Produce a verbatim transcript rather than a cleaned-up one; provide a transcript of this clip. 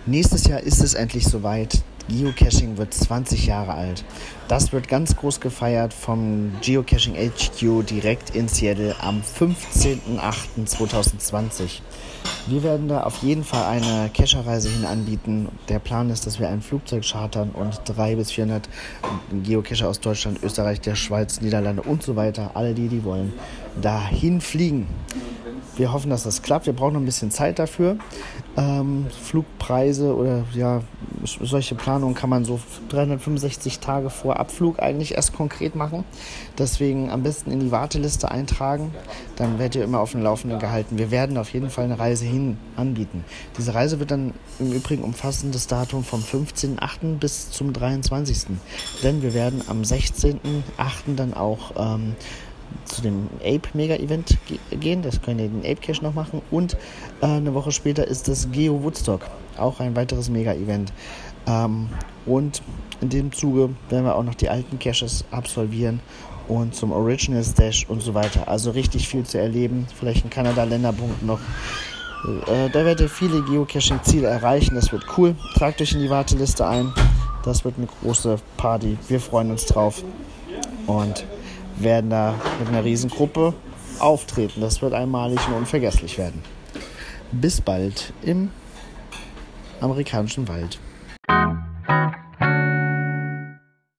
Nächstes Jahr ist es endlich soweit. Geocaching wird zwanzig Jahre alt. Das wird ganz groß gefeiert vom Geocaching H Q direkt in Seattle am fünfzehnten achten zweitausendzwanzig. Wir werden da auf jeden Fall eine Cacher-Reise hin anbieten. Der Plan ist, dass wir ein Flugzeug chartern und dreihundert bis vierhundert Geocacher aus Deutschland, Österreich, der Schweiz, Niederlande und so weiter, alle die, die wollen, dahin fliegen. Wir hoffen, dass das klappt. Wir brauchen noch ein bisschen Zeit dafür. Ähm, Flugpreise oder ja, solche Planungen kann man so dreihundertfünfundsechzig Tage vor Abflug eigentlich erst konkret machen. Deswegen am besten in die Warteliste eintragen. Dann werdet ihr immer auf dem Laufenden gehalten. Wir werden auf jeden Fall eine Reise hin anbieten. Diese Reise wird dann im Übrigen umfassen das Datum vom fünfzehnten achten bis zum dreiundzwanzigsten Denn wir werden am sechzehnten achten dann auch ähm, zu dem Ape-Mega-Event ge- gehen. Das können wir den Ape-Cache noch machen. Und äh, eine Woche später ist das Geo Woodstock. Auch ein weiteres Mega-Event. Ähm, und in dem Zuge werden wir auch noch die alten Caches absolvieren und zum Original Stash und so weiter. Also richtig viel zu erleben. Vielleicht ein Kanada-Länderpunkt noch. Äh, da werdet ihr viele Geocaching-Ziele erreichen. Das wird cool. Tragt euch in die Warteliste ein. Das wird eine große Party. Wir freuen uns drauf. Und werden da mit einer Riesengruppe auftreten. Das wird einmalig und unvergesslich werden. Bis bald im amerikanischen Wald.